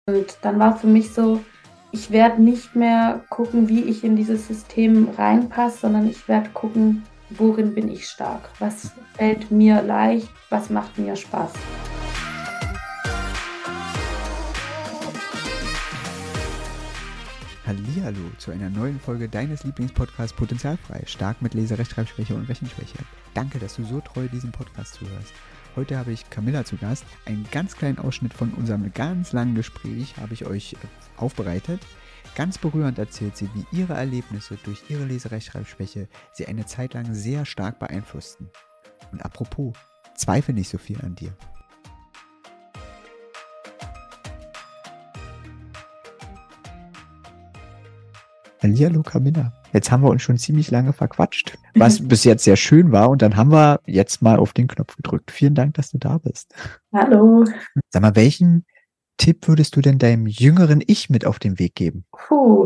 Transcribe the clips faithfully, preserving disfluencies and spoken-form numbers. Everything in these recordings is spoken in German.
Und dann war für mich so, ich werde nicht mehr gucken, wie ich in dieses System reinpasse, sondern ich werde gucken, worin bin ich stark, was fällt mir leicht, was macht mir Spaß. Hallihallo zu einer neuen Folge deines Lieblingspodcasts Potenzialfrei, stark mit Lese-, Rechtschreibschwäche und Rechenschwäche. Danke, dass du so treu diesem Podcast zuhörst. Heute habe ich Camilla zu Gast. Einen ganz kleinen Ausschnitt von unserem ganz langen Gespräch habe ich euch aufbereitet. Ganz berührend erzählt sie, wie ihre Erlebnisse durch ihre Lese-, Rechtschreibschwäche sie eine Zeit lang sehr stark beeinflussten. Und apropos, zweifle nicht so viel an dir. Hallihallo Camilla. Jetzt haben wir uns schon ziemlich lange verquatscht, was bis jetzt sehr schön war. Und dann haben wir jetzt mal auf den Knopf gedrückt. Vielen Dank, dass du da bist. Hallo. Sag mal, welchen Tipp würdest du denn deinem jüngeren Ich mit auf den Weg geben? Puh.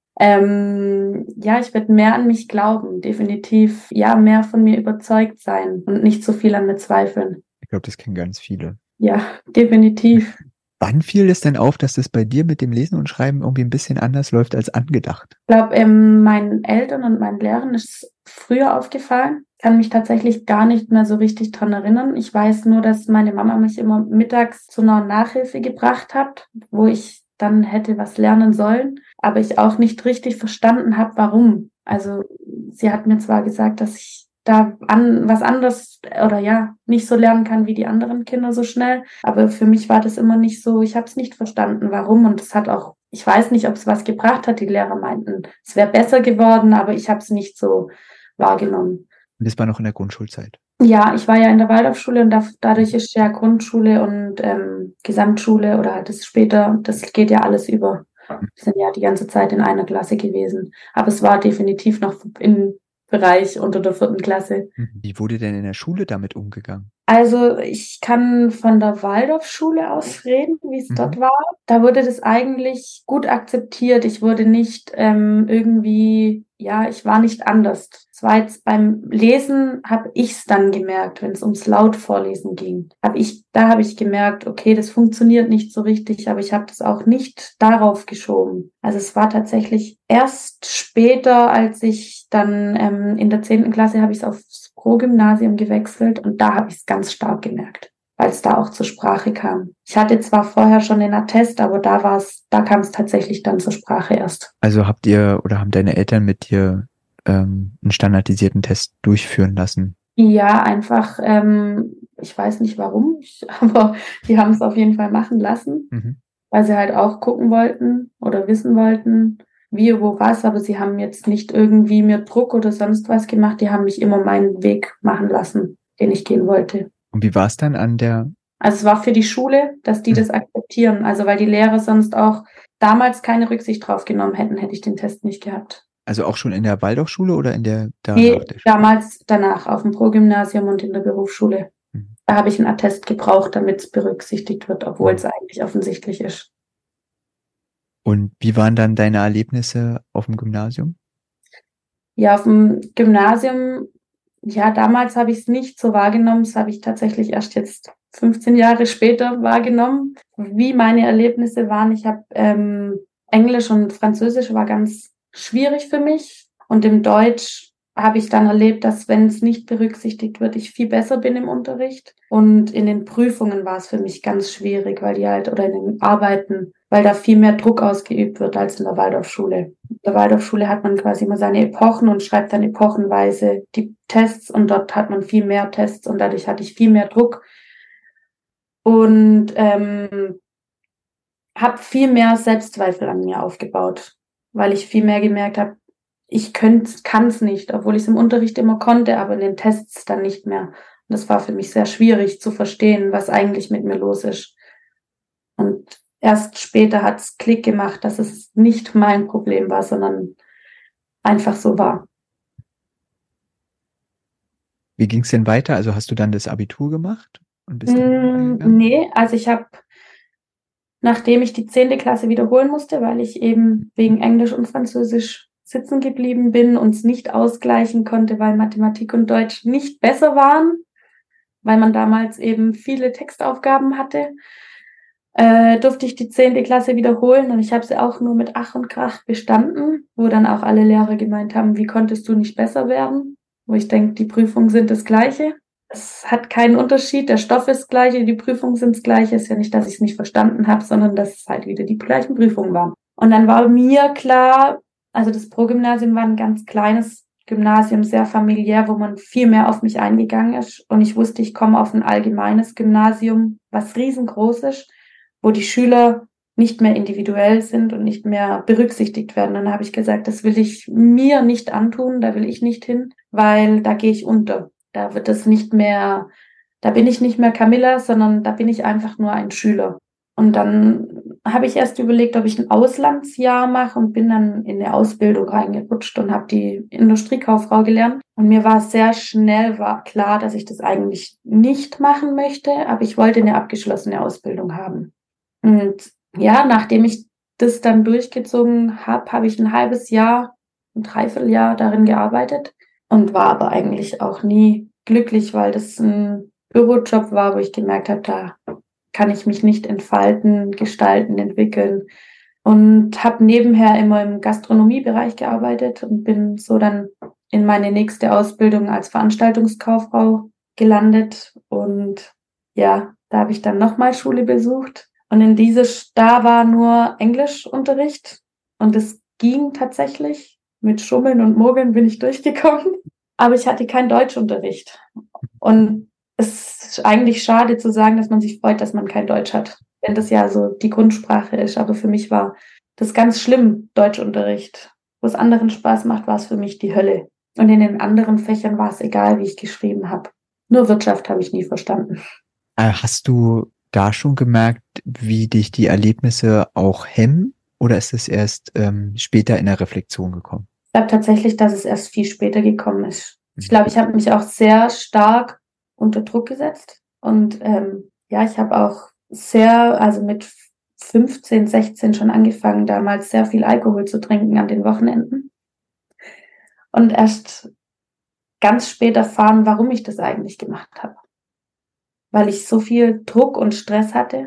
Ähm, ja, ich werde mehr an mich glauben, definitiv. Ja, mehr von mir überzeugt sein und nicht so viel an mir zweifeln. Ich glaube, das kennen ganz viele. Ja, definitiv. Wann fiel es denn auf, dass das bei dir mit dem Lesen und Schreiben irgendwie ein bisschen anders läuft als angedacht? Ich glaube, ähm, meinen Eltern und meinen Lehrern ist es früher aufgefallen. Ich kann mich tatsächlich gar nicht mehr so richtig dran erinnern. Ich weiß nur, dass meine Mama mich immer mittags zu einer Nachhilfe gebracht hat, wo ich dann hätte was lernen sollen, aber ich auch nicht richtig verstanden habe, warum. Also sie hat mir zwar gesagt, dass ich da an was anderes oder ja nicht so lernen kann wie die anderen Kinder so schnell, aber für mich war das immer nicht so. Ich habe es nicht verstanden, warum, und es hat auch, ich weiß nicht, ob es was gebracht hat. Die Lehrer meinten, es wäre besser geworden, aber ich habe es nicht so wahrgenommen. Und das war noch in der Grundschulzeit? Ja, ich war ja in der Waldorfschule und da, dadurch ist ja Grundschule und ähm, Gesamtschule oder halt das später, das geht ja alles über. Wir sind ja die ganze Zeit in einer Klasse gewesen, aber es war definitiv noch im Bereich unter der vierten Klasse. Wie wurde denn in der Schule damit umgegangen? Also ich kann von der Waldorfschule aus reden, wie es Mhm. dort war. Da wurde das eigentlich gut akzeptiert. Ich wurde nicht ähm, irgendwie, ja, ich war nicht anders. Es war jetzt beim Lesen, habe ich es dann gemerkt, wenn es ums Lautvorlesen ging. Hab ich, da habe ich gemerkt, okay, das funktioniert nicht so richtig, aber ich habe das auch nicht darauf geschoben. Also es war tatsächlich erst später, als ich dann ähm, in der zehnten Klasse habe ich es aufs Pro-Gymnasium gewechselt und da habe ich es ganz stark gemerkt, weil es da auch zur Sprache kam. Ich hatte zwar vorher schon den Attest, aber da war es, da kam es tatsächlich dann zur Sprache erst. Also habt ihr oder haben deine Eltern mit dir ähm, einen standardisierten Test durchführen lassen? Ja, einfach, ähm, ich weiß nicht warum, aber die haben es auf jeden Fall machen lassen, Mhm. weil sie halt auch gucken wollten oder wissen wollten, wie, wo, was, aber sie haben jetzt nicht irgendwie mir Druck oder sonst was gemacht, die haben mich immer meinen Weg machen lassen, den ich gehen wollte. Und wie war es dann an der... Also es war für die Schule, dass die Mhm. das akzeptieren, also weil die Lehrer sonst auch damals keine Rücksicht drauf genommen hätten, hätte ich den Test nicht gehabt. Also auch schon in der Waldorfschule oder in der danach Nee, der Schule? damals danach auf dem Pro-Gymnasium und in der Berufsschule. Mhm. Da habe ich einen Attest gebraucht, damit es berücksichtigt wird, obwohl es eigentlich offensichtlich ist. Und wie waren dann deine Erlebnisse auf dem Gymnasium? Ja, auf dem Gymnasium, ja, damals habe ich es nicht so wahrgenommen. Das habe ich tatsächlich erst jetzt fünfzehn Jahre später wahrgenommen. Wie meine Erlebnisse waren, ich habe ähm, Englisch und Französisch war ganz schwierig für mich. Und im Deutsch habe ich dann erlebt, dass, wenn es nicht berücksichtigt wird, ich viel besser bin im Unterricht. Und in den Prüfungen war es für mich ganz schwierig, weil die halt, oder in den Arbeiten, weil da viel mehr Druck ausgeübt wird als in der Waldorfschule. In der Waldorfschule hat man quasi immer seine Epochen und schreibt dann epochenweise die Tests und dort hat man viel mehr Tests und dadurch hatte ich viel mehr Druck und ähm, habe viel mehr Selbstzweifel an mir aufgebaut, weil ich viel mehr gemerkt habe, ich kann es nicht, obwohl ich es im Unterricht immer konnte, aber in den Tests dann nicht mehr. Und das war für mich sehr schwierig zu verstehen, was eigentlich mit mir los ist. Und erst später hat es Klick gemacht, dass es nicht mein Problem war, sondern einfach so war. Wie ging es denn weiter? Also hast du dann das Abitur gemacht? Und bist Mm, dann nee, also ich habe, nachdem ich die zehnte Klasse wiederholen musste, weil ich eben wegen Englisch und Französisch sitzen geblieben bin und es nicht ausgleichen konnte, weil Mathematik und Deutsch nicht besser waren, weil man damals eben viele Textaufgaben hatte, äh, durfte ich die zehnte Klasse wiederholen und ich habe sie auch nur mit Ach und Krach bestanden, wo dann auch alle Lehrer gemeint haben, wie konntest du nicht besser werden? Wo ich denke, die Prüfungen sind das Gleiche. Es hat keinen Unterschied, der Stoff ist das Gleiche, die Prüfungen sind das Gleiche. Es ist ja nicht, dass ich es nicht verstanden habe, sondern dass es halt wieder die gleichen Prüfungen waren. Und dann war mir klar, also das Pro-Gymnasium war ein ganz kleines Gymnasium, sehr familiär, wo man viel mehr auf mich eingegangen ist. Und ich wusste, ich komme auf ein allgemeines Gymnasium, was riesengroß ist, wo die Schüler nicht mehr individuell sind und nicht mehr berücksichtigt werden. Dann habe ich gesagt, das will ich mir nicht antun, da will ich nicht hin, weil da gehe ich unter. Da wird es nicht mehr, da bin ich nicht mehr Camilla, sondern da bin ich einfach nur ein Schüler. Und dann habe ich erst überlegt, ob ich ein Auslandsjahr mache und bin dann in eine Ausbildung reingerutscht und habe die Industriekauffrau gelernt. Und mir war sehr schnell war klar, dass ich das eigentlich nicht machen möchte, aber ich wollte eine abgeschlossene Ausbildung haben. Und ja, nachdem ich das dann durchgezogen habe, habe ich ein halbes Jahr, ein Dreivierteljahr darin gearbeitet und war aber eigentlich auch nie glücklich, weil das ein Bürojob war, wo ich gemerkt habe, da kann ich mich nicht entfalten, gestalten, entwickeln. Und habe nebenher immer im Gastronomiebereich gearbeitet und bin so dann in meine nächste Ausbildung als Veranstaltungskauffrau gelandet. Und ja, da habe ich dann nochmal Schule besucht. Und in diese, da war nur Englischunterricht und es ging tatsächlich. Mit Schummeln und Mogeln bin ich durchgekommen, aber ich hatte keinen Deutschunterricht. Und es ist eigentlich schade zu sagen, dass man sich freut, dass man kein Deutsch hat, wenn das ja so die Grundsprache ist. Aber für mich war das ganz schlimm, Deutschunterricht. Wo es anderen Spaß macht, war es für mich die Hölle. Und in den anderen Fächern war es egal, wie ich geschrieben habe. Nur Wirtschaft habe ich nie verstanden. Hast du da schon gemerkt, wie dich die Erlebnisse auch hemmen? Oder ist es erst ähm, später in der Reflexion gekommen? Ich glaube tatsächlich, dass es erst viel später gekommen ist. Ich glaube, ich habe mich auch sehr stark unter Druck gesetzt. Und ähm, ja, ich habe auch sehr, also mit fünfzehn, sechzehn schon angefangen, damals sehr viel Alkohol zu trinken an den Wochenenden. Und erst ganz spät erfahren, warum ich das eigentlich gemacht habe. Weil ich so viel Druck und Stress hatte.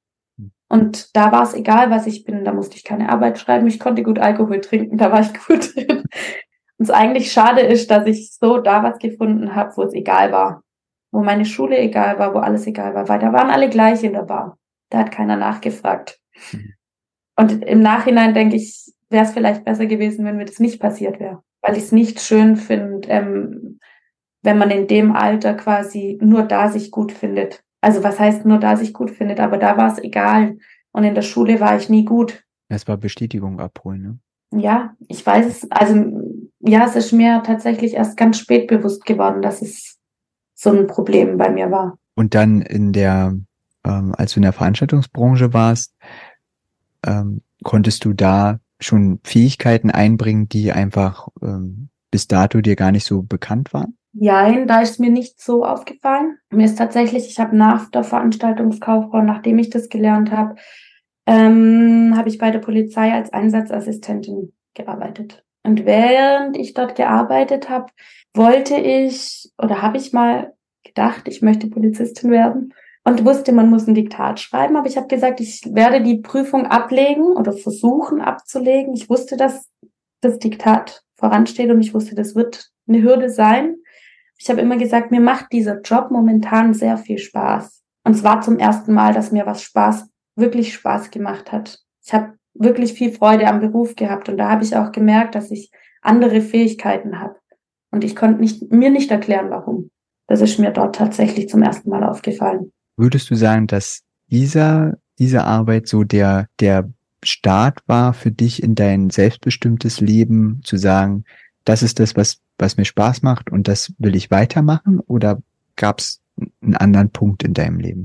Und da war es egal, was ich bin. Da musste ich keine Arbeit schreiben. Ich konnte gut Alkohol trinken. Da war ich gut drin. Und es eigentlich schade ist, dass ich so da was gefunden habe, wo es egal war. Wo meine Schule egal war, wo alles egal war. Weil da waren alle gleich in der Bar. Da hat keiner nachgefragt. Mhm. Und im Nachhinein denke ich, wäre es vielleicht besser gewesen, wenn mir das nicht passiert wäre. Weil ich es nicht schön finde, ähm, wenn man in dem Alter quasi nur da sich gut findet. Also was heißt nur da sich gut findet, aber da war es egal. Und in der Schule war ich nie gut. Es war Bestätigung abholen, ne? Ja, ich weiß es, also ja, es ist mir tatsächlich erst ganz spät bewusst geworden, dass es so ein Problem bei mir war. Und dann in der, ähm, als du in der Veranstaltungsbranche warst, ähm, konntest du da schon Fähigkeiten einbringen, die einfach ähm, bis dato dir gar nicht so bekannt waren? Nein, da ist mir nicht so aufgefallen. Mir ist tatsächlich, ich habe nach der Veranstaltungskauffrau, nachdem ich das gelernt habe, ähm, habe ich bei der Polizei als Einsatzassistentin gearbeitet. Und während ich dort gearbeitet habe, wollte ich oder habe ich mal gedacht, ich möchte Polizistin werden und wusste, man muss ein Diktat schreiben. Aber ich habe gesagt, ich werde die Prüfung ablegen oder versuchen abzulegen. Ich wusste, dass das Diktat voransteht und ich wusste, das wird eine Hürde sein. Ich habe immer gesagt, mir macht dieser Job momentan sehr viel Spaß. Und es war zum ersten Mal, dass mir was Spaß, wirklich Spaß gemacht hat. Ich habe wirklich viel Freude am Beruf gehabt und da habe ich auch gemerkt, dass ich andere Fähigkeiten habe. Und ich konnte nicht, mir nicht erklären, warum. Das ist mir dort tatsächlich zum ersten Mal aufgefallen. Würdest du sagen, dass dieser, diese Arbeit so der, der Start war für dich in dein selbstbestimmtes Leben, zu sagen, das ist das, was, was mir Spaß macht und das will ich weitermachen? Oder gab es einen anderen Punkt in deinem Leben?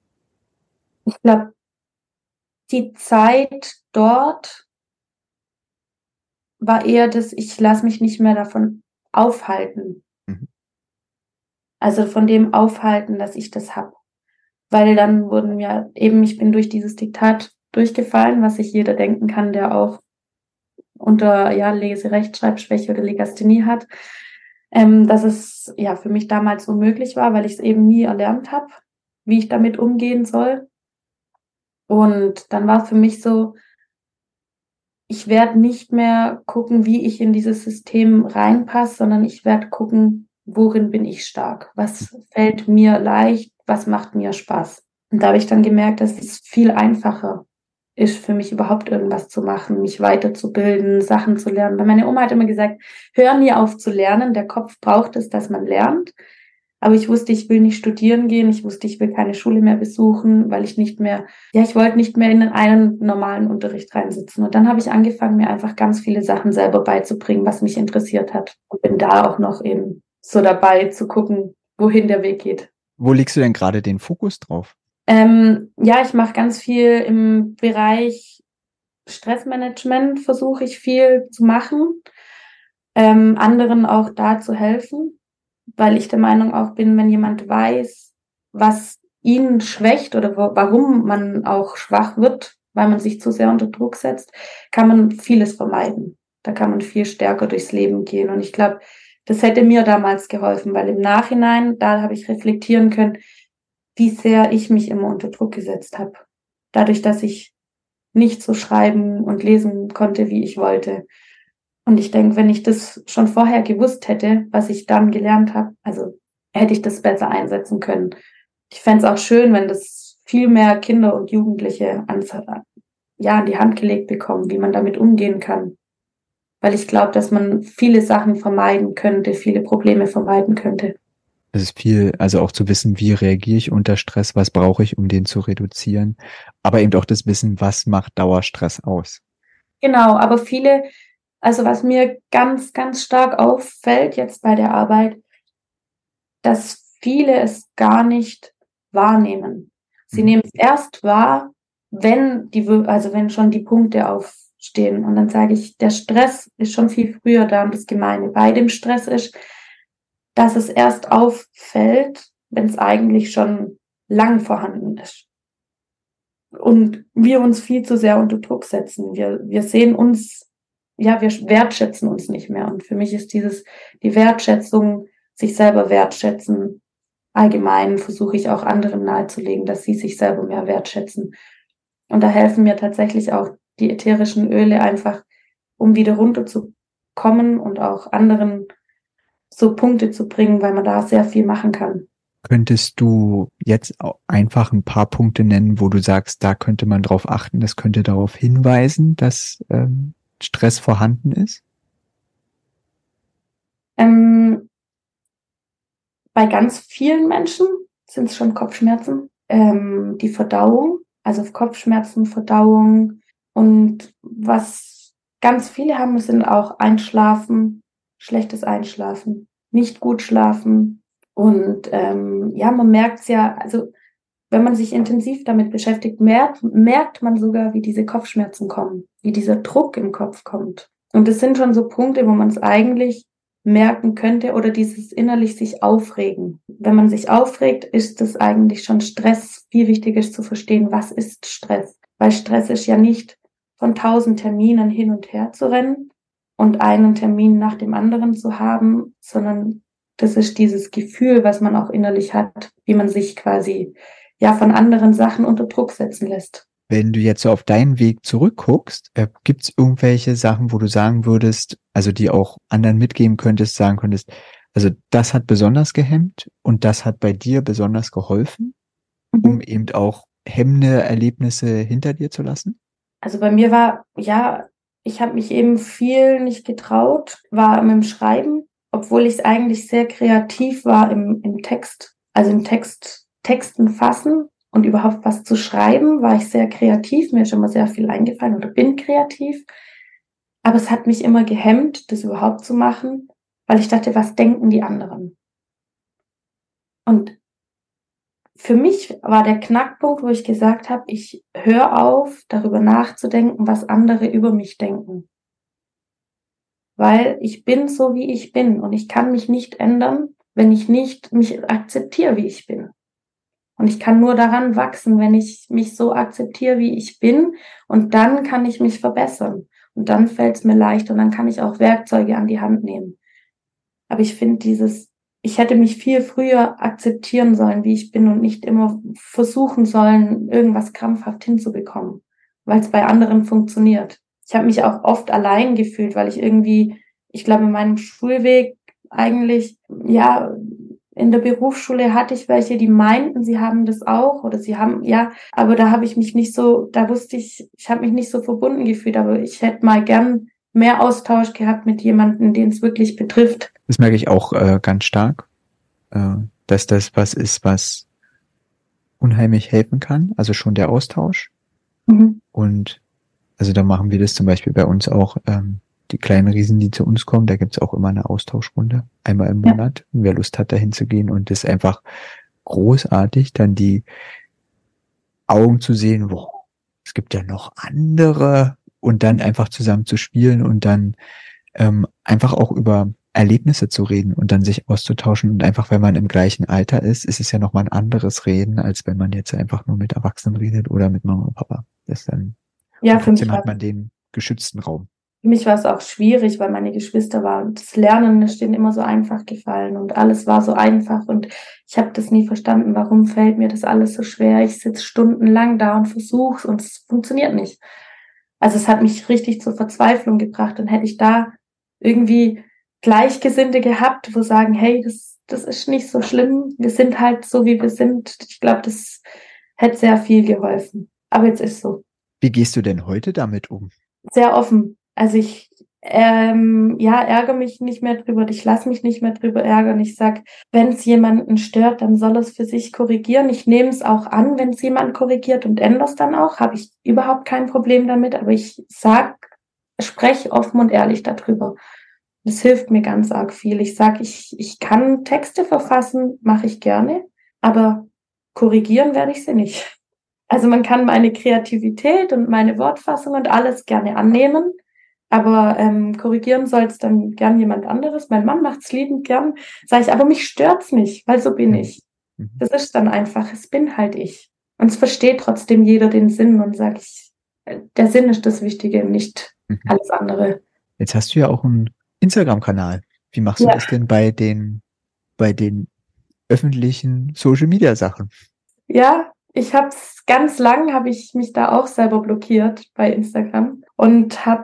Ich glaube, die Zeit dort war eher das, ich lasse mich nicht mehr davon aufhalten. Mhm. Also von dem aufhalten, dass ich das hab. Weil dann wurden mir eben, ich bin durch dieses Diktat durchgefallen, was sich jeder denken kann, der auch unter ja Lese-, Rechtschreibschwäche oder Legasthenie hat, ähm, dass es ja für mich damals unmöglich war, weil ich es eben nie erlernt habe, wie ich damit umgehen soll. Und dann war es für mich so, ich werde nicht mehr gucken, wie ich in dieses System reinpasse, sondern ich werde gucken, worin bin ich stark? Was fällt mir leicht? Was macht mir Spaß? Und da habe ich dann gemerkt, dass es viel einfacher ist für mich überhaupt irgendwas zu machen, mich weiterzubilden, Sachen zu lernen. Weil meine Oma hat immer gesagt, hör nie auf zu lernen, der Kopf braucht es, dass man lernt. Aber ich wusste, ich will nicht studieren gehen, ich wusste, ich will keine Schule mehr besuchen, weil ich nicht mehr, ja, ich wollte nicht mehr in einen normalen Unterricht reinsitzen. Und dann habe ich angefangen, mir einfach ganz viele Sachen selber beizubringen, was mich interessiert hat. Und bin da auch noch eben so dabei zu gucken, wohin der Weg geht. Wo legst du denn gerade den Fokus drauf? Ähm, ja, ich mache ganz viel im Bereich Stressmanagement, versuche ich viel zu machen, ähm, anderen auch da zu helfen, weil ich der Meinung auch bin, wenn jemand weiß, was ihn schwächt oder wo, warum man auch schwach wird, weil man sich zu sehr unter Druck setzt, kann man vieles vermeiden. Da kann man viel stärker durchs Leben gehen. Und ich glaube, das hätte mir damals geholfen, weil im Nachhinein, da habe ich reflektieren können, wie sehr ich mich immer unter Druck gesetzt habe. Dadurch, dass ich nicht so schreiben und lesen konnte, wie ich wollte. Und ich denke, wenn ich das schon vorher gewusst hätte, was ich dann gelernt habe, also hätte ich das besser einsetzen können. Ich fände es auch schön, wenn das viel mehr Kinder und Jugendliche ans, ja, an die Hand gelegt bekommen, wie man damit umgehen kann. Weil ich glaube, dass man viele Sachen vermeiden könnte, viele Probleme vermeiden könnte. Das ist viel, also auch zu wissen, wie reagiere ich unter Stress, was brauche ich, um den zu reduzieren, aber eben auch das Wissen, was macht Dauerstress aus. Genau, aber viele, also was mir ganz, ganz stark auffällt jetzt bei der Arbeit, dass viele es gar nicht wahrnehmen. Sie Mhm. nehmen es erst wahr, wenn die, also wenn schon die Punkte aufstehen. Und dann sage ich, der Stress ist schon viel früher da. Und das Gemeine bei dem Stress ist, dass es erst auffällt, wenn es eigentlich schon lang vorhanden ist. Und wir uns viel zu sehr unter Druck setzen. Wir, wir sehen uns, ja, wir wertschätzen uns nicht mehr. Und für mich ist dieses, die Wertschätzung, sich selber wertschätzen, allgemein versuche ich auch anderen nahezulegen, dass sie sich selber mehr wertschätzen. Und da helfen mir tatsächlich auch die ätherischen Öle einfach, um wieder runterzukommen und auch anderen so Punkte zu bringen, weil man da sehr viel machen kann. Könntest du jetzt auch einfach ein paar Punkte nennen, wo du sagst, da könnte man drauf achten, das könnte darauf hinweisen, dass ähm, Stress vorhanden ist? Ähm, bei ganz vielen Menschen sind es schon Kopfschmerzen, ähm, die Verdauung, also Kopfschmerzen, Verdauung. Und was ganz viele haben, sind auch Einschlafen, schlechtes Einschlafen, nicht gut schlafen. Und ähm, ja, man merkt es ja, also wenn man sich intensiv damit beschäftigt, merkt, merkt man sogar, wie diese Kopfschmerzen kommen, wie dieser Druck im Kopf kommt. Und das sind schon so Punkte, wo man es eigentlich merken könnte oder dieses innerlich sich aufregen. Wenn man sich aufregt, ist das eigentlich schon Stress. Viel wichtiger ist zu verstehen, was ist Stress? Weil Stress ist ja nicht von tausend Terminen hin und her zu rennen und einen Termin nach dem anderen zu haben, sondern das ist dieses Gefühl, was man auch innerlich hat, wie man sich quasi ja von anderen Sachen unter Druck setzen lässt. Wenn du jetzt so auf deinen Weg zurückguckst, äh, gibt es irgendwelche Sachen, wo du sagen würdest, also die auch anderen mitgeben könntest, sagen könntest, also das hat besonders gehemmt und das hat bei dir besonders geholfen, Mhm. um eben auch hemmende Erlebnisse hinter dir zu lassen? Also bei mir war, ja, ich habe mich eben viel nicht getraut, war mit dem Schreiben, obwohl ich eigentlich sehr kreativ war im, im Text, also im Text, Texten fassen und überhaupt was zu schreiben, war ich sehr kreativ, mir ist immer sehr viel eingefallen oder bin kreativ. Aber es hat mich immer gehemmt, das überhaupt zu machen, weil ich dachte, was denken die anderen? Und für mich war der Knackpunkt, wo ich gesagt habe, ich höre auf, darüber nachzudenken, was andere über mich denken. Weil ich bin so, wie ich bin und ich kann mich nicht ändern, wenn ich nicht mich akzeptiere, wie ich bin. Und ich kann nur daran wachsen, wenn ich mich so akzeptiere, wie ich bin. Und dann kann ich mich verbessern. Und dann fällt es mir leicht und dann kann ich auch Werkzeuge an die Hand nehmen. Aber ich finde dieses ich hätte mich viel früher akzeptieren sollen, wie ich bin und nicht immer versuchen sollen, irgendwas krampfhaft hinzubekommen, weil es bei anderen funktioniert. Ich habe mich auch oft allein gefühlt, weil ich irgendwie, ich glaube, in meinem Schulweg eigentlich, ja, in der Berufsschule hatte ich welche, die meinten, sie haben das auch oder sie haben, ja, aber da habe ich mich nicht so, da wusste ich, ich habe mich nicht so verbunden gefühlt, aber ich hätte mal gern mehr Austausch gehabt mit jemandem, den es wirklich betrifft. Das merke ich auch äh, ganz stark, äh, dass das was ist, was unheimlich helfen kann, also schon der Austausch. Mhm. Und also da machen wir das zum Beispiel bei uns auch, ähm, die kleinen Riesen, die zu uns kommen, da gibt's auch immer eine Austauschrunde, einmal im Ja. Monat, wer Lust hat, dahin zu gehen. Und das ist einfach großartig, dann die Augen zu sehen, wow, es gibt ja noch andere und dann einfach zusammen zu spielen und dann ähm, einfach auch über Erlebnisse zu reden und dann sich auszutauschen. Und einfach, wenn man im gleichen Alter ist, ist es ja nochmal ein anderes Reden, als wenn man jetzt einfach nur mit Erwachsenen redet oder mit Mama und Papa. Das dann, Ja, und für mich trotzdem hat war man den geschützten Raum. Für mich war es auch schwierig, weil meine Geschwister waren, das Lernen ist denen immer so einfach gefallen und alles war so einfach und ich habe das nie verstanden, warum fällt mir das alles so schwer. Ich sitze stundenlang da und versuch's und es funktioniert nicht. Also es hat mich richtig zur Verzweiflung gebracht und hätte ich da irgendwie Gleichgesinnte gehabt, wo sagen, hey, das, das ist nicht so schlimm, wir sind halt so, wie wir sind. Ich glaube, das hätte sehr viel geholfen. Aber jetzt ist so. Wie gehst du denn heute damit um? Sehr offen. Also ich ähm, ja, ärgere mich nicht mehr drüber, ich lasse mich nicht mehr drüber ärgern. Ich sag, wenn es jemanden stört, dann soll es für sich korrigieren. Ich nehme es auch an, wenn es jemand korrigiert und ändere es dann auch, habe ich überhaupt kein Problem damit. Aber ich sag, spreche offen und ehrlich darüber. Das hilft mir ganz arg viel. Ich sag, ich, ich kann Texte verfassen, mache ich gerne, aber korrigieren werde ich sie nicht. Also man kann meine Kreativität und meine Wortfassung und alles gerne annehmen, aber ähm, korrigieren soll es dann gern jemand anderes. Mein Mann macht's liebend gern. Sag ich, aber mich stört's nicht, weil so bin ich. Mhm. Das ist dann einfach, es bin halt ich. Und es versteht trotzdem jeder den Sinn und sag ich, der Sinn ist das Wichtige, nicht Mhm. alles andere. Jetzt hast du ja auch einen Instagram-Kanal. Wie machst du Ja. das denn bei den, bei den öffentlichen Social-Media-Sachen? Ja, ich habe es ganz lang, habe ich mich da auch selber blockiert bei Instagram und habe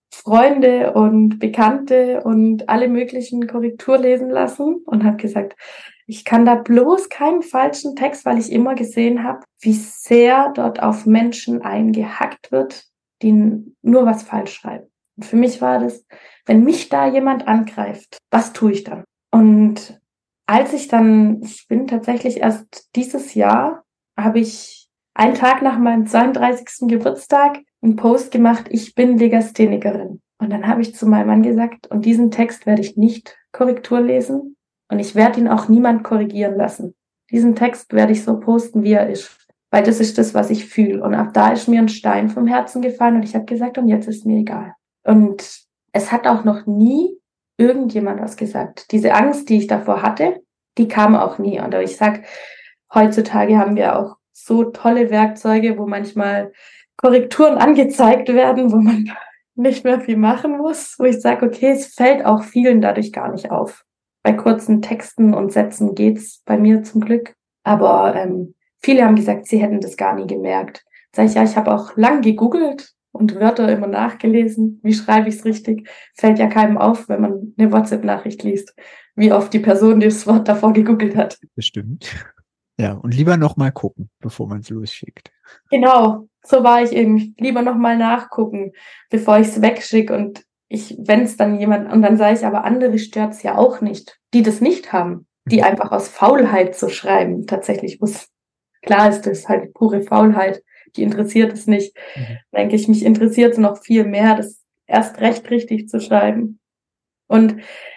Freunde und Bekannte und alle möglichen Korrektur lesen lassen und habe gesagt, ich kann da bloß keinen falschen Text, weil ich immer gesehen habe, wie sehr dort auf Menschen eingehackt wird, die nur was falsch schreiben. Und für mich war das, wenn mich da jemand angreift, was tue ich dann? Und als ich dann, ich bin tatsächlich erst dieses Jahr, habe ich einen Tag nach meinem zweiunddreißigsten Geburtstag einen Post gemacht, ich bin Legasthenikerin. Und dann habe ich zu meinem Mann gesagt, und diesen Text werde ich nicht Korrektur lesen und ich werde ihn auch niemand korrigieren lassen. Diesen Text werde ich so posten, wie er ist, weil das ist das, was ich fühle. Und ab da ist mir ein Stein vom Herzen gefallen und ich habe gesagt, und jetzt ist mir egal. Und es hat auch noch nie irgendjemand was gesagt. Diese Angst, die ich davor hatte, die kam auch nie. Und ich sag, heutzutage haben wir auch so tolle Werkzeuge, wo manchmal Korrekturen angezeigt werden, wo man nicht mehr viel machen muss, wo ich sage, okay, es fällt auch vielen dadurch gar nicht auf. Bei kurzen Texten und Sätzen geht's bei mir zum Glück. Aber ähm, viele haben gesagt, sie hätten das gar nie gemerkt. Sag ich, ja, ich habe auch lang gegoogelt und Wörter immer nachgelesen. Wie schreibe ich es richtig? Fällt ja keinem auf, wenn man eine WhatsApp-Nachricht liest, wie oft die Person das Wort davor gegoogelt hat. Das stimmt. Ja, und lieber nochmal gucken, bevor man es losschickt. Genau, so war ich irgendwie. Lieber nochmal nachgucken, bevor ich es wegschicke. Und ich, wenn es dann jemand, und dann sage ich, aber andere stört es ja auch nicht, die das nicht haben, die einfach aus Faulheit so schreiben. Tatsächlich muss, klar ist das halt pure Faulheit. Die interessiert es nicht. Mhm. Denke ich, mich interessiert es noch viel mehr, das erst recht richtig zu schreiben. Und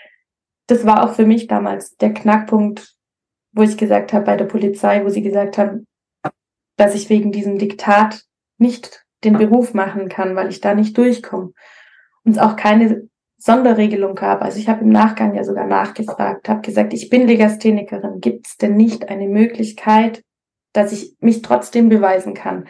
das war auch für mich damals der Knackpunkt, wo ich gesagt habe bei der Polizei, wo sie gesagt haben, dass ich wegen diesem Diktat nicht den Beruf machen kann, weil ich da nicht durchkomme. Und es auch keine Sonderregelung gab. Also ich habe im Nachgang ja sogar nachgefragt, habe gesagt, ich bin Legasthenikerin. Gibt es denn nicht eine Möglichkeit, dass ich mich trotzdem beweisen kann?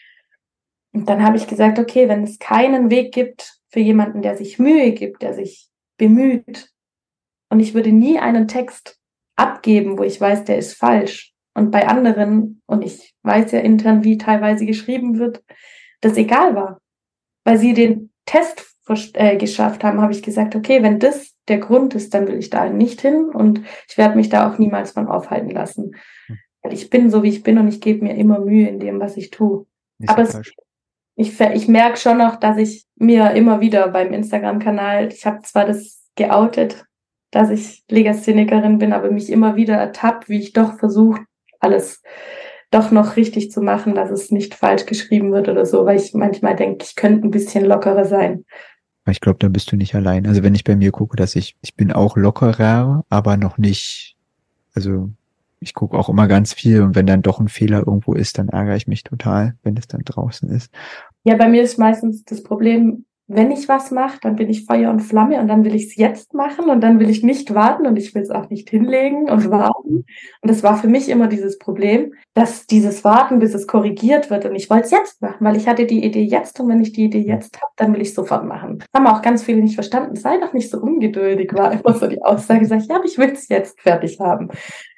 Und dann habe ich gesagt, okay, wenn es keinen Weg gibt für jemanden, der sich Mühe gibt, der sich bemüht, und ich würde nie einen Text abgeben, wo ich weiß, der ist falsch. Und bei anderen, und ich weiß ja intern, wie teilweise geschrieben wird, das egal war. Weil sie den Test äh, geschafft haben, habe ich gesagt, okay, wenn das der Grund ist, dann will ich da nicht hin und ich werde mich da auch niemals von aufhalten lassen. Hm. Weil ich bin so, wie ich bin und ich gebe mir immer Mühe in dem, was ich tue. Ist Aber es, ich, ich merke schon noch, dass ich mir immer wieder beim Instagram-Kanal, ich habe zwar das geoutet, dass ich Legasthenikerin bin, aber mich immer wieder ertappt, wie ich doch versuche, alles doch noch richtig zu machen, dass es nicht falsch geschrieben wird oder so, weil ich manchmal denke, ich könnte ein bisschen lockerer sein. Ich glaube, da bist du nicht allein. Also wenn ich bei mir gucke, dass ich, ich bin auch lockerer, aber noch nicht, also ich gucke auch immer ganz viel und wenn dann doch ein Fehler irgendwo ist, dann ärgere ich mich total, wenn es dann draußen ist. Ja, bei mir ist meistens das Problem, wenn ich was mache, dann bin ich Feuer und Flamme und dann will ich es jetzt machen und dann will ich nicht warten und ich will es auch nicht hinlegen und warten. Und das war für mich immer dieses Problem, dass dieses Warten, bis es korrigiert wird und ich wollte es jetzt machen, weil ich hatte die Idee jetzt und wenn ich die Idee jetzt habe, dann will ich es sofort machen. Haben auch ganz viele nicht verstanden, sei doch nicht so ungeduldig, war immer so die Aussage, sag ich, ja, aber ich will es jetzt fertig haben.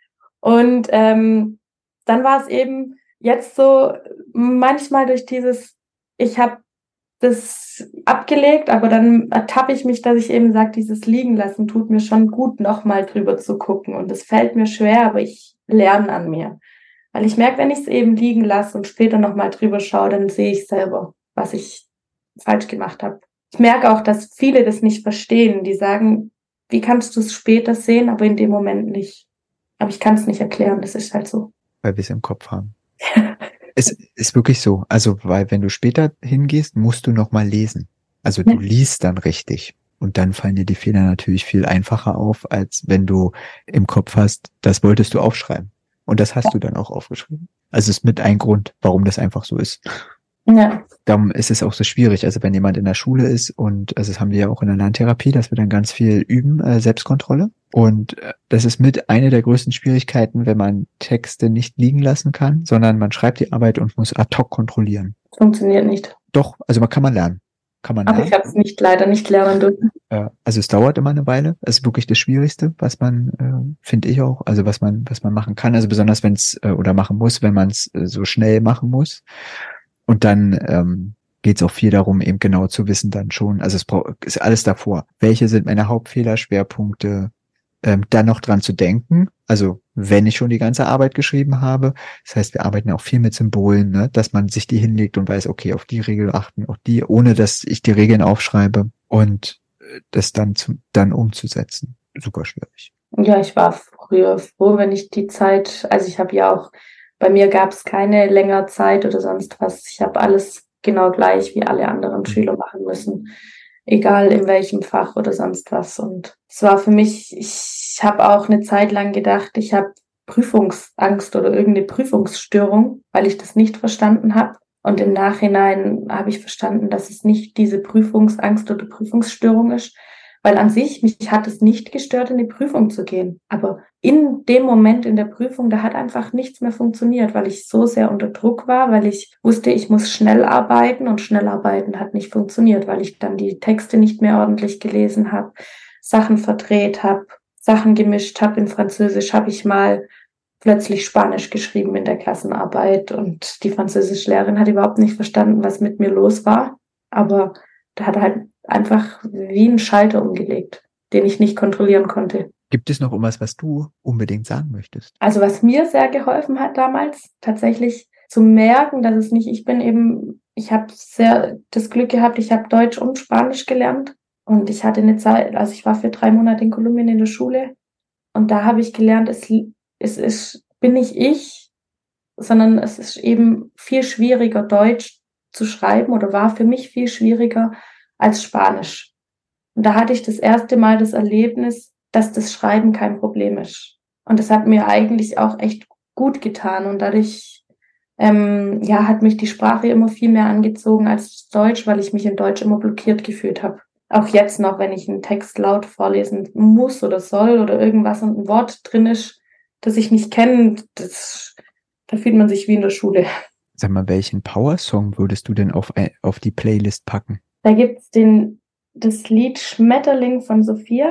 Und ähm, dann war es eben jetzt so, manchmal durch dieses, ich habe das abgelegt, aber dann ertappe ich mich, dass ich eben sage, dieses Liegen lassen tut mir schon gut, nochmal drüber zu gucken. Und es fällt mir schwer, aber ich lerne an mir. Weil ich merke, wenn ich es eben liegen lasse und später nochmal drüber schaue, dann sehe ich selber, was ich falsch gemacht habe. Ich merke auch, dass viele das nicht verstehen. Die sagen, wie kannst du es später sehen, aber in dem Moment nicht. Aber ich kann es nicht erklären, das ist halt so. Weil wir es im Kopf haben. Es ist wirklich so. Also, weil wenn du später hingehst, musst du nochmal lesen. Also du ja. liest dann richtig. Und dann fallen dir die Fehler natürlich viel einfacher auf, als wenn du im Kopf hast, das wolltest du aufschreiben. Und das hast ja. du dann auch aufgeschrieben. Also ist mit ein Grund, warum das einfach so ist. Ja. Darum ist es auch so schwierig. Also wenn jemand in der Schule ist und, also das haben wir ja auch in der Lerntherapie, dass wir dann ganz viel üben, äh, Selbstkontrolle. Und äh, das ist mit eine der größten Schwierigkeiten, wenn man Texte nicht liegen lassen kann, sondern man schreibt die Arbeit und muss ad hoc kontrollieren. Funktioniert nicht. Doch, also man kann man lernen. Kann man Aber lernen. ich habe es nicht, leider nicht lernen dürfen. Äh, also es dauert immer eine Weile. Es ist wirklich das Schwierigste, was man, äh, finde ich auch, also was man, was man machen kann. Also besonders wenn es, äh, oder machen muss, wenn man es äh, so schnell machen muss. Und dann ähm, geht es auch viel darum, eben genau zu wissen dann schon, also es braucht, ist alles davor. Welche sind meine Hauptfehler, Schwerpunkte, ähm, dann noch dran zu denken, also wenn ich schon die ganze Arbeit geschrieben habe, das heißt, wir arbeiten auch viel mit Symbolen, ne, dass man sich die hinlegt und weiß, okay, auf die Regel achten, auf die, ohne dass ich die Regeln aufschreibe und das dann zu, dann umzusetzen. Super schwierig. Ja, ich war früher froh, wenn ich die Zeit, also ich habe ja auch, bei mir gab es keine längere Zeit oder sonst was. Ich habe alles genau gleich wie alle anderen mhm. Schüler machen müssen. Egal in welchem Fach oder sonst was. Und es war für mich, ich habe auch eine Zeit lang gedacht, ich habe Prüfungsangst oder irgendeine Prüfungsstörung, weil ich das nicht verstanden habe. Und im Nachhinein habe ich verstanden, dass es nicht diese Prüfungsangst oder Prüfungsstörung ist, weil an sich, mich hat es nicht gestört, in die Prüfung zu gehen. Aber in dem Moment in der Prüfung, da hat einfach nichts mehr funktioniert, weil ich so sehr unter Druck war, weil ich wusste, ich muss schnell arbeiten und schnell arbeiten hat nicht funktioniert, weil ich dann die Texte nicht mehr ordentlich gelesen habe, Sachen verdreht habe, Sachen gemischt habe. In Französisch habe ich mal plötzlich Spanisch geschrieben in der Klassenarbeit und die Französischlehrerin hat überhaupt nicht verstanden, was mit mir los war. Aber da hat er halt einfach wie ein Schalter umgelegt, den ich nicht kontrollieren konnte. Gibt es noch irgendwas, was du unbedingt sagen möchtest? Also was mir sehr geholfen hat damals, tatsächlich zu merken, dass es nicht, ich bin eben, ich habe sehr das Glück gehabt, ich habe Deutsch und Spanisch gelernt und ich hatte eine Zeit, also ich war für drei Monate in Kolumbien in der Schule und da habe ich gelernt, es, es ist, bin nicht ich, sondern es ist eben viel schwieriger, Deutsch zu schreiben oder war für mich viel schwieriger als Spanisch. Und da hatte ich das erste Mal das Erlebnis, dass das Schreiben kein Problem ist. Und das hat mir eigentlich auch echt gut getan. Und dadurch ähm, ja, hat mich die Sprache immer viel mehr angezogen als Deutsch, weil ich mich in Deutsch immer blockiert gefühlt habe. Auch jetzt noch, wenn ich einen Text laut vorlesen muss oder soll oder irgendwas und ein Wort drin ist, das ich nicht kenne, das, da fühlt man sich wie in der Schule. Sag mal, welchen Power-Song würdest du denn auf, auf die Playlist packen? Da gibt's den, das Lied Schmetterling von Sophia.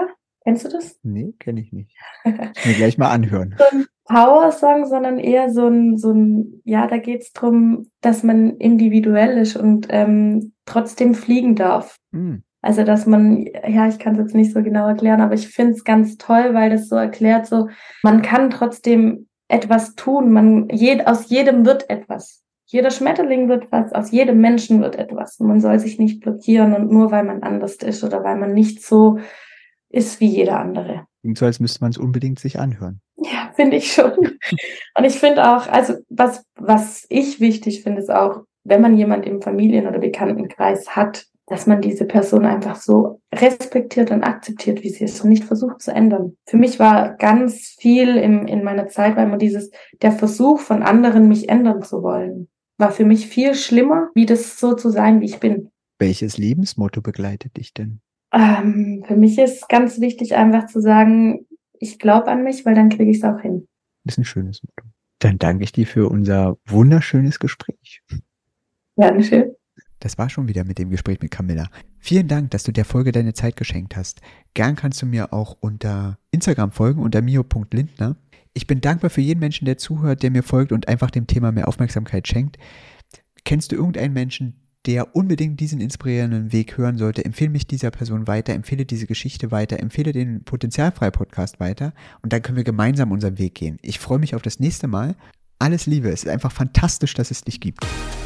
Kennst du das? Nee, kenne ich nicht. Mir gleich mal anhören. So ein Power-Song, sondern eher so ein, so ein, ja, da geht es darum, dass man individuell ist und ähm, trotzdem fliegen darf. Hm. Also, dass man, ja, ich kann es jetzt nicht so genau erklären, aber ich finde es ganz toll, weil das so erklärt, so, man kann trotzdem etwas tun, man, jed, aus jedem wird etwas. Jeder Schmetterling wird was, aus jedem Menschen wird etwas. Und man soll sich nicht blockieren und nur weil man anders ist oder weil man nicht so ist wie jeder andere. Klingt so, als müsste man es unbedingt sich anhören. Ja, finde ich schon. Und ich finde auch, also was, was ich wichtig finde, ist auch, wenn man jemand im Familien- oder Bekanntenkreis hat, dass man diese Person einfach so respektiert und akzeptiert, wie sie ist und nicht versucht zu ändern. Für mich war ganz viel in, in meiner Zeit, weil man dieses, der Versuch von anderen, mich ändern zu wollen, war für mich viel schlimmer, wie das so zu sein, wie ich bin. Welches Lebensmotto begleitet dich denn? Ähm, für mich ist ganz wichtig, einfach zu sagen, ich glaube an mich, weil dann kriege ich es auch hin. Das ist ein schönes Motto. Dann danke ich dir für unser wunderschönes Gespräch. Ja, schön. Das war schon wieder mit dem Gespräch mit Camilla. Vielen Dank, dass du der Folge deine Zeit geschenkt hast. Gern kannst du mir auch unter Instagram folgen, unter mio punkt lindner. Ich bin dankbar für jeden Menschen, der zuhört, der mir folgt und einfach dem Thema mehr Aufmerksamkeit schenkt. Kennst du irgendeinen Menschen, der unbedingt diesen inspirierenden Weg hören sollte? Empfehle mich dieser Person weiter, empfehle diese Geschichte weiter, empfehle den Potenzialfrei-Podcast weiter und dann können wir gemeinsam unseren Weg gehen. Ich freue mich auf das nächste Mal. Alles Liebe, es ist einfach fantastisch, dass es dich gibt.